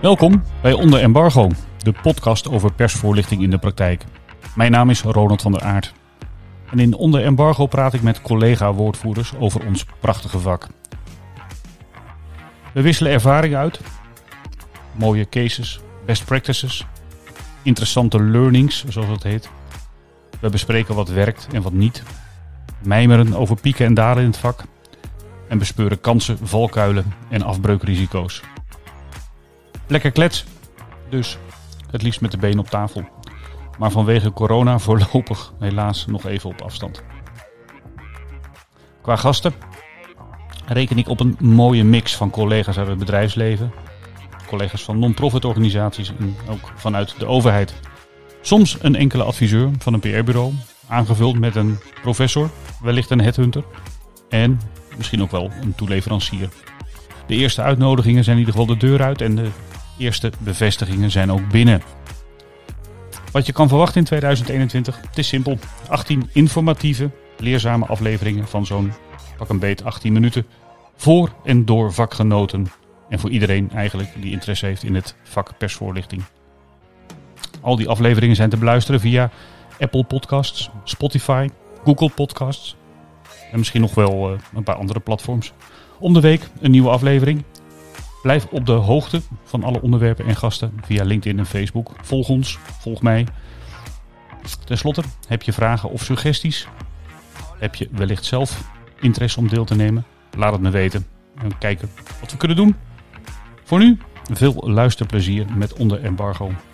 Welkom bij Onder Embargo, de podcast over persvoorlichting in de praktijk. Mijn naam is Ronald van der Aert. En in Onder Embargo praat ik met collega-woordvoerders over ons prachtige vak. We wisselen ervaringen uit, mooie cases, best practices, interessante learnings, zoals het heet. We bespreken wat werkt en wat niet, mijmeren over pieken en dalen in het vak en bespeuren kansen, valkuilen en afbreukrisico's. Lekker klets, dus het liefst met de benen op tafel. Maar vanwege corona voorlopig helaas nog even op afstand. Qua gasten reken ik op een mooie mix van collega's uit het bedrijfsleven, collega's van non-profit organisaties en ook vanuit de overheid. Soms een enkele adviseur van een PR-bureau, aangevuld met een professor, wellicht een headhunter en misschien ook wel een toeleverancier. De eerste uitnodigingen zijn in ieder geval de deur uit en de eerste bevestigingen zijn ook binnen. Wat je kan verwachten in 2021, het is simpel. 18 informatieve, leerzame afleveringen van zo'n pak een beet 18 minuten. Voor en door vakgenoten. En voor iedereen eigenlijk die interesse heeft in het vak persvoorlichting. Al die afleveringen zijn te beluisteren via Apple Podcasts, Spotify, Google Podcasts. En misschien nog wel een paar andere platforms. Om de week een nieuwe aflevering. Blijf op de hoogte van alle onderwerpen en gasten via LinkedIn en Facebook. Volg ons, volg mij. Ten slotte, heb je vragen of suggesties? Heb je wellicht zelf interesse om deel te nemen? Laat het me weten en kijken wat we kunnen doen. Voor nu, veel luisterplezier met Onder Embargo.